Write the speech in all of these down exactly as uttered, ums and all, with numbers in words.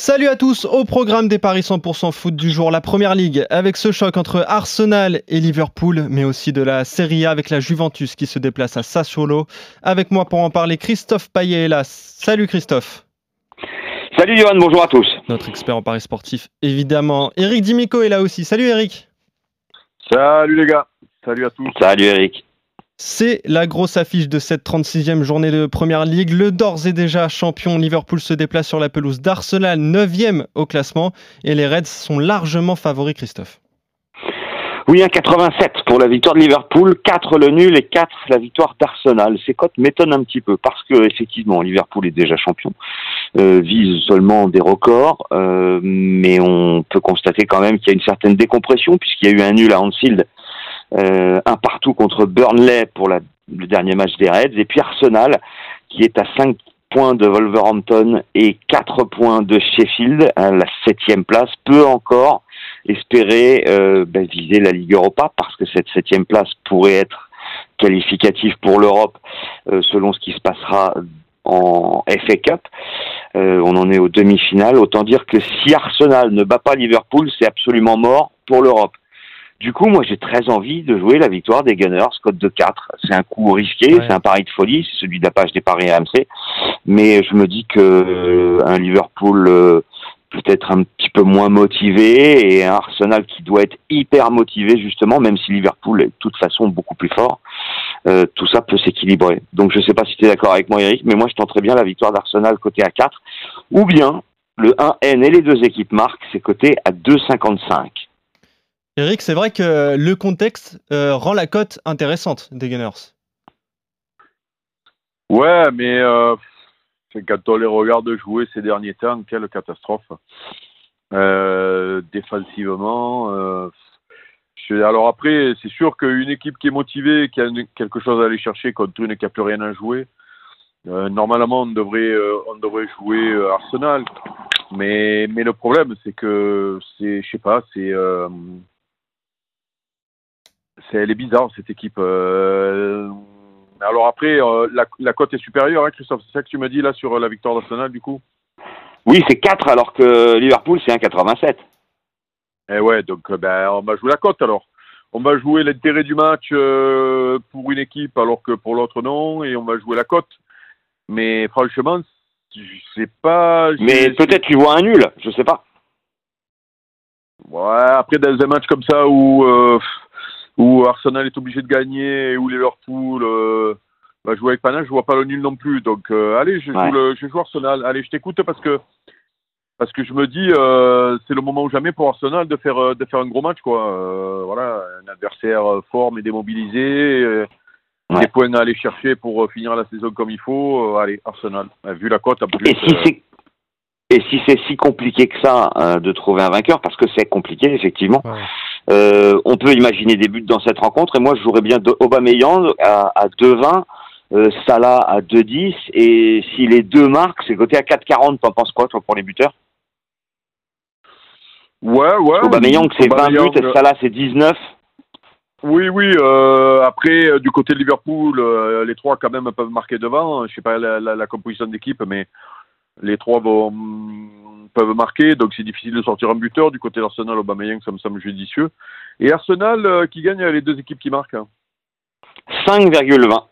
Salut à tous, au programme des Paris cent pour cent foot du jour, la Première Ligue avec ce choc entre Arsenal et Liverpool, mais aussi de la Serie A avec la Juventus qui se déplace à Sassuolo. Avec moi pour en parler, Christophe Payet est là. Salut Christophe. Salut Johan, bonjour à tous. Notre expert en paris sportif, évidemment. Eric Dimico est là aussi. Salut Eric. Salut les gars, salut à tous. Salut Eric. C'est la grosse affiche de cette trente-sixième journée de Première Ligue. Le d'ores et déjà champion Liverpool se déplace sur la pelouse d'Arsenal, neuvième au classement. Et les Reds sont largement favoris, Christophe. Oui, un quatre-vingt-sept pour la victoire de Liverpool, quatre le nul et quatre la victoire d'Arsenal. Ces cotes m'étonnent un petit peu parce que effectivement Liverpool est déjà champion, euh, vise seulement des records, euh, mais on peut constater quand même qu'il y a une certaine décompression puisqu'il y a eu un nul à Anfield. Euh, un partout contre Burnley pour la, le dernier match des Reds, et puis Arsenal qui est à cinq points de Wolverhampton et quatre points de Sheffield, à la septième place, peut encore espérer euh, ben, viser la Ligue Europa, parce que cette septième place pourrait être qualificative pour l'Europe euh, selon ce qui se passera en F A Cup. Euh, on en est aux demi-finales, autant dire que si Arsenal ne bat pas Liverpool, c'est absolument mort pour l'Europe. Du coup, moi, j'ai très envie de jouer la victoire des Gunners, cote de quatre. C'est un coup risqué, ouais. C'est un pari de folie, c'est celui de la page des paris A M C. Mais je me dis que euh, un Liverpool euh, peut-être un petit peu moins motivé et un Arsenal qui doit être hyper motivé justement, même si Liverpool est de toute façon beaucoup plus fort, euh, tout ça peut s'équilibrer. Donc, je ne sais pas si tu es d'accord avec moi, Eric, mais moi, je tenterais bien la victoire d'Arsenal côté à quatre, ou bien le un N et les deux équipes marquent, c'est coté à deux virgule cinquante-cinq. Eric, c'est vrai que le contexte euh, rend la cote intéressante des Gunners. Ouais, mais euh, c'est quand on les regarde jouer ces derniers temps, quelle catastrophe. Euh, défensivement. Euh, je, alors après, c'est sûr qu'une équipe qui est motivée, qui a une, quelque chose à aller chercher contre une qui n'a plus rien à jouer, euh, normalement on devrait, euh, on devrait jouer euh, Arsenal. Mais, mais le problème, c'est que, c'est, je sais pas, c'est... Euh, C'est, elle est bizarre cette équipe. Euh, alors après, euh, la, la cote est supérieure, hein, Christophe. C'est ça que tu me dis là sur la victoire d'Arsenal du coup. Oui, c'est quatre alors que Liverpool c'est un quatre-vingt-sept. Eh ouais, donc ben on va jouer la cote alors. On va jouer l'intérêt du match euh, pour une équipe alors que pour l'autre non, et on va jouer la cote. Mais franchement, je sais pas. Mais peut-être tu vois un nul, je sais pas. Ouais, après dans un match comme ça où. Euh, où Arsenal est obligé de gagner et où Liverpool euh, va jouer avec panache, je vois pas le nul non plus. Donc euh, allez, je joue, ouais. le, je joue Arsenal. Allez, je t'écoute parce que parce que je me dis euh, c'est le moment ou jamais pour Arsenal de faire de faire un gros match quoi. Euh, voilà, un adversaire fort mais démobilisé, euh, ouais. Des points à aller chercher pour finir la saison comme il faut. Euh, allez, Arsenal. Vu la cote, en plus. Et si c'est et si c'est si compliqué que ça euh, de trouver un vainqueur, parce que c'est compliqué effectivement. Ouais. Euh, on peut imaginer des buts dans cette rencontre, et moi je jouerais bien Aubameyang à, à deux vingt, euh, Salah à deux dix, et si les deux marquent, c'est coté à quatre quarante. T'en penses quoi toi pour les buteurs? Ouais, ouais. Aubameyang c'est vingt buts, et Salah c'est dix-neuf. Oui, oui. Euh, après, euh, du côté de Liverpool, euh, les trois quand même peuvent marquer devant. Je sais pas la, la, la composition d'équipe, mais les trois vont, peuvent marquer, donc c'est difficile de sortir un buteur. Du côté d'Arsenal, Aubameyang, ça me semble judicieux. Et Arsenal euh, qui gagne les deux équipes qui marquent. Hein. cinq virgule vingt.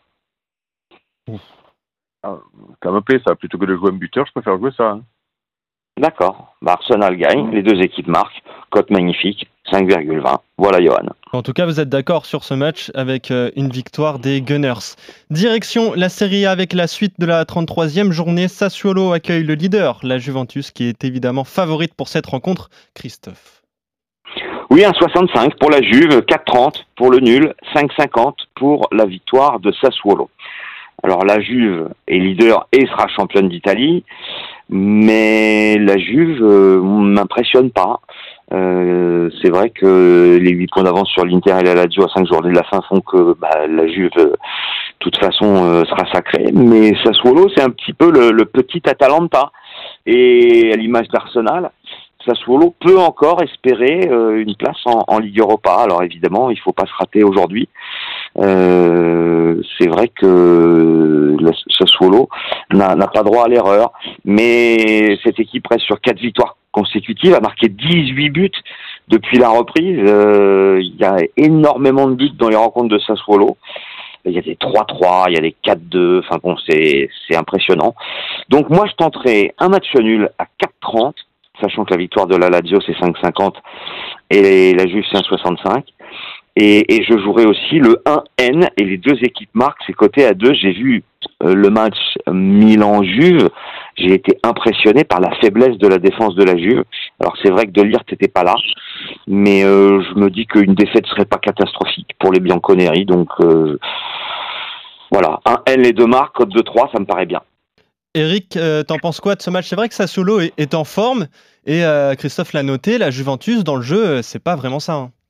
Ah, ça me plaît ça, plutôt que de jouer un buteur, je préfère jouer ça. Hein. D'accord. Bah, Arsenal gagne, mmh. Les deux équipes marquent, cote magnifique, cinq virgule vingt. Voilà Johan. En tout cas, vous êtes d'accord sur ce match avec euh, une victoire des Gunners. Direction la Serie A avec la suite de la trente-troisième journée. Sassuolo accueille le leader, la Juventus, qui est évidemment favorite pour cette rencontre. Christophe. Oui, un soixante-cinq pour la Juve, quatre trente pour le nul, cinq cinquante pour la victoire de Sassuolo. Alors la Juve est leader et sera championne d'Italie, mais la Juve euh, m'impressionne pas. Euh, c'est vrai que les huit points d'avance sur l'Inter et la Lazio à cinq journées de la fin font que bah, la Juve, de toute façon, euh, sera sacrée. Mais Sassuolo, c'est un petit peu le, le petit Atalanta. Et à l'image d'Arsenal, Sassuolo peut encore espérer euh, une place en, en Ligue Europa. Alors évidemment, il ne faut pas se rater aujourd'hui. Euh, c'est vrai que le Sassuolo n'a, n'a pas droit à l'erreur, mais cette équipe reste sur quatre victoires consécutives, a marqué dix-huit buts depuis la reprise. Euh, il y a énormément de buts dans les rencontres de Sassuolo. Il y a des trois trois, il y a des quatre deux, enfin bon, c'est, c'est impressionnant. Donc moi, je tenterai un match nul à quatre trente, sachant que la victoire de la Lazio, c'est cinq cinquante, et la Juve, c'est un soixante-cinq. Et, et je jouerai aussi le un N, et les deux équipes marquent, c'est coté à deux. J'ai vu euh, le match Milan-Juve, j'ai été impressionné par la faiblesse de la défense de la Juve. Alors c'est vrai que De Ligt n'était pas là, mais euh, je me dis qu'une défaite serait pas catastrophique pour les Bianconeri, donc euh, voilà, un N, les deux marques, cote de trois, ça me paraît bien. Eric, euh, t'en penses quoi de ce match? C'est vrai que Sassuolo est, est en forme, et euh, Christophe l'a noté, la Juventus dans le jeu, c'est pas vraiment ça. Hein.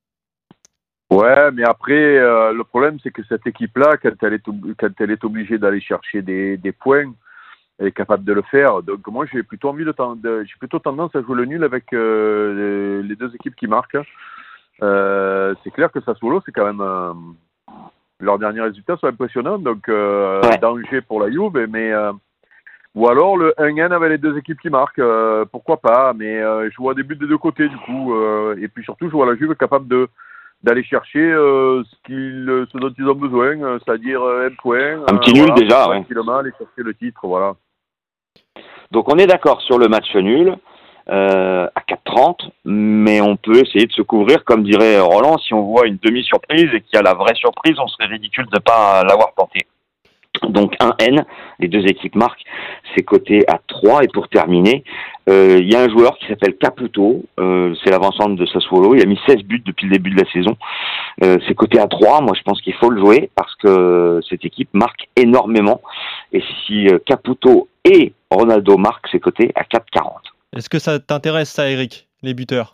Ouais, mais après, euh, le problème, c'est que cette équipe-là, quand elle est, quand elle est obligée d'aller chercher des, des points, elle est capable de le faire. Donc moi, j'ai plutôt envie de, de j'ai plutôt tendance à jouer le nul avec euh, les, les deux équipes qui marquent. Euh, c'est clair que Sassuolo, c'est quand même euh, leurs derniers résultats sont impressionnants, donc euh, ouais. danger pour la Juve, mais euh, ou alors le un N avec les deux équipes qui marquent, euh, pourquoi pas. Mais euh, je vois des buts des deux côtés du coup, euh, et puis surtout, je vois la Juve capable de d'aller chercher euh, ce, qu'ils, ce dont ils ont besoin, euh, c'est-à-dire euh, un point. Un petit nul voilà, déjà, ouais. Aller chercher le titre, voilà. Donc on est d'accord sur le match nul euh, à quatre trente, mais on peut essayer de se couvrir, comme dirait Roland, si on voit une demi-surprise et qu'il y a la vraie surprise, on serait ridicule de ne pas l'avoir tenté. Donc un N, les deux équipes marquent, c'est coté à trois. Et pour terminer, il euh, y a un joueur qui s'appelle Caputo, euh, c'est l'avant-centre de Sassuolo, il a mis seize buts depuis le début de la saison, euh, c'est coté à trois. Moi je pense qu'il faut le jouer parce que cette équipe marque énormément, et si Caputo et Ronaldo marquent, c'est coté à quatre quarante. Est-ce que ça t'intéresse ça, Eric, les buteurs?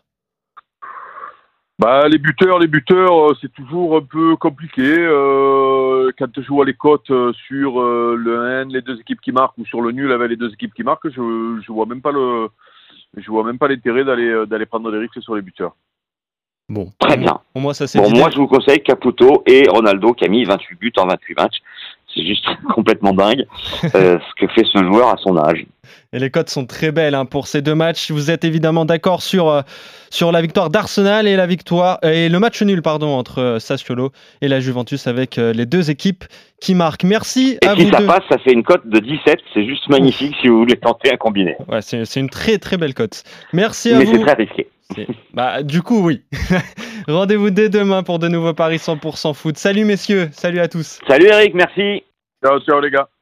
Bah, les buteurs, les buteurs, c'est toujours un peu compliqué. Euh, quand tu joues à les cotes sur euh, le N, les deux équipes qui marquent, ou sur le nul avec les deux équipes qui marquent, je je vois même pas le, je vois même pas l'intérêt d'aller d'aller prendre des risques sur les buteurs. Bon, très bien. Pour moi, ça c'est. Bon, moi je vous conseille Caputo et Ronaldo qui a mis vingt-huit buts en vingt-huit matchs. C'est juste complètement dingue euh, ce que fait ce joueur à son âge. Et les cotes sont très belles hein, pour ces deux matchs. Vous êtes évidemment d'accord sur, euh, sur la victoire d'Arsenal et la victoire et le match nul pardon entre euh, Sassuolo et la Juventus avec euh, les deux équipes qui marquent. Merci et à si vous ça deux. passe, ça fait une cote de dix-sept. C'est juste magnifique si vous voulez tenter un combiné. Ouais, c'est, c'est une très très belle cote. Merci à Mais vous. Mais c'est très risqué. C'est... Bah, du coup, oui. Rendez-vous dès demain pour de nouveaux paris cent pour cent foot. Salut messieurs, salut à tous. Salut Eric, merci. Ciao, ciao les gars.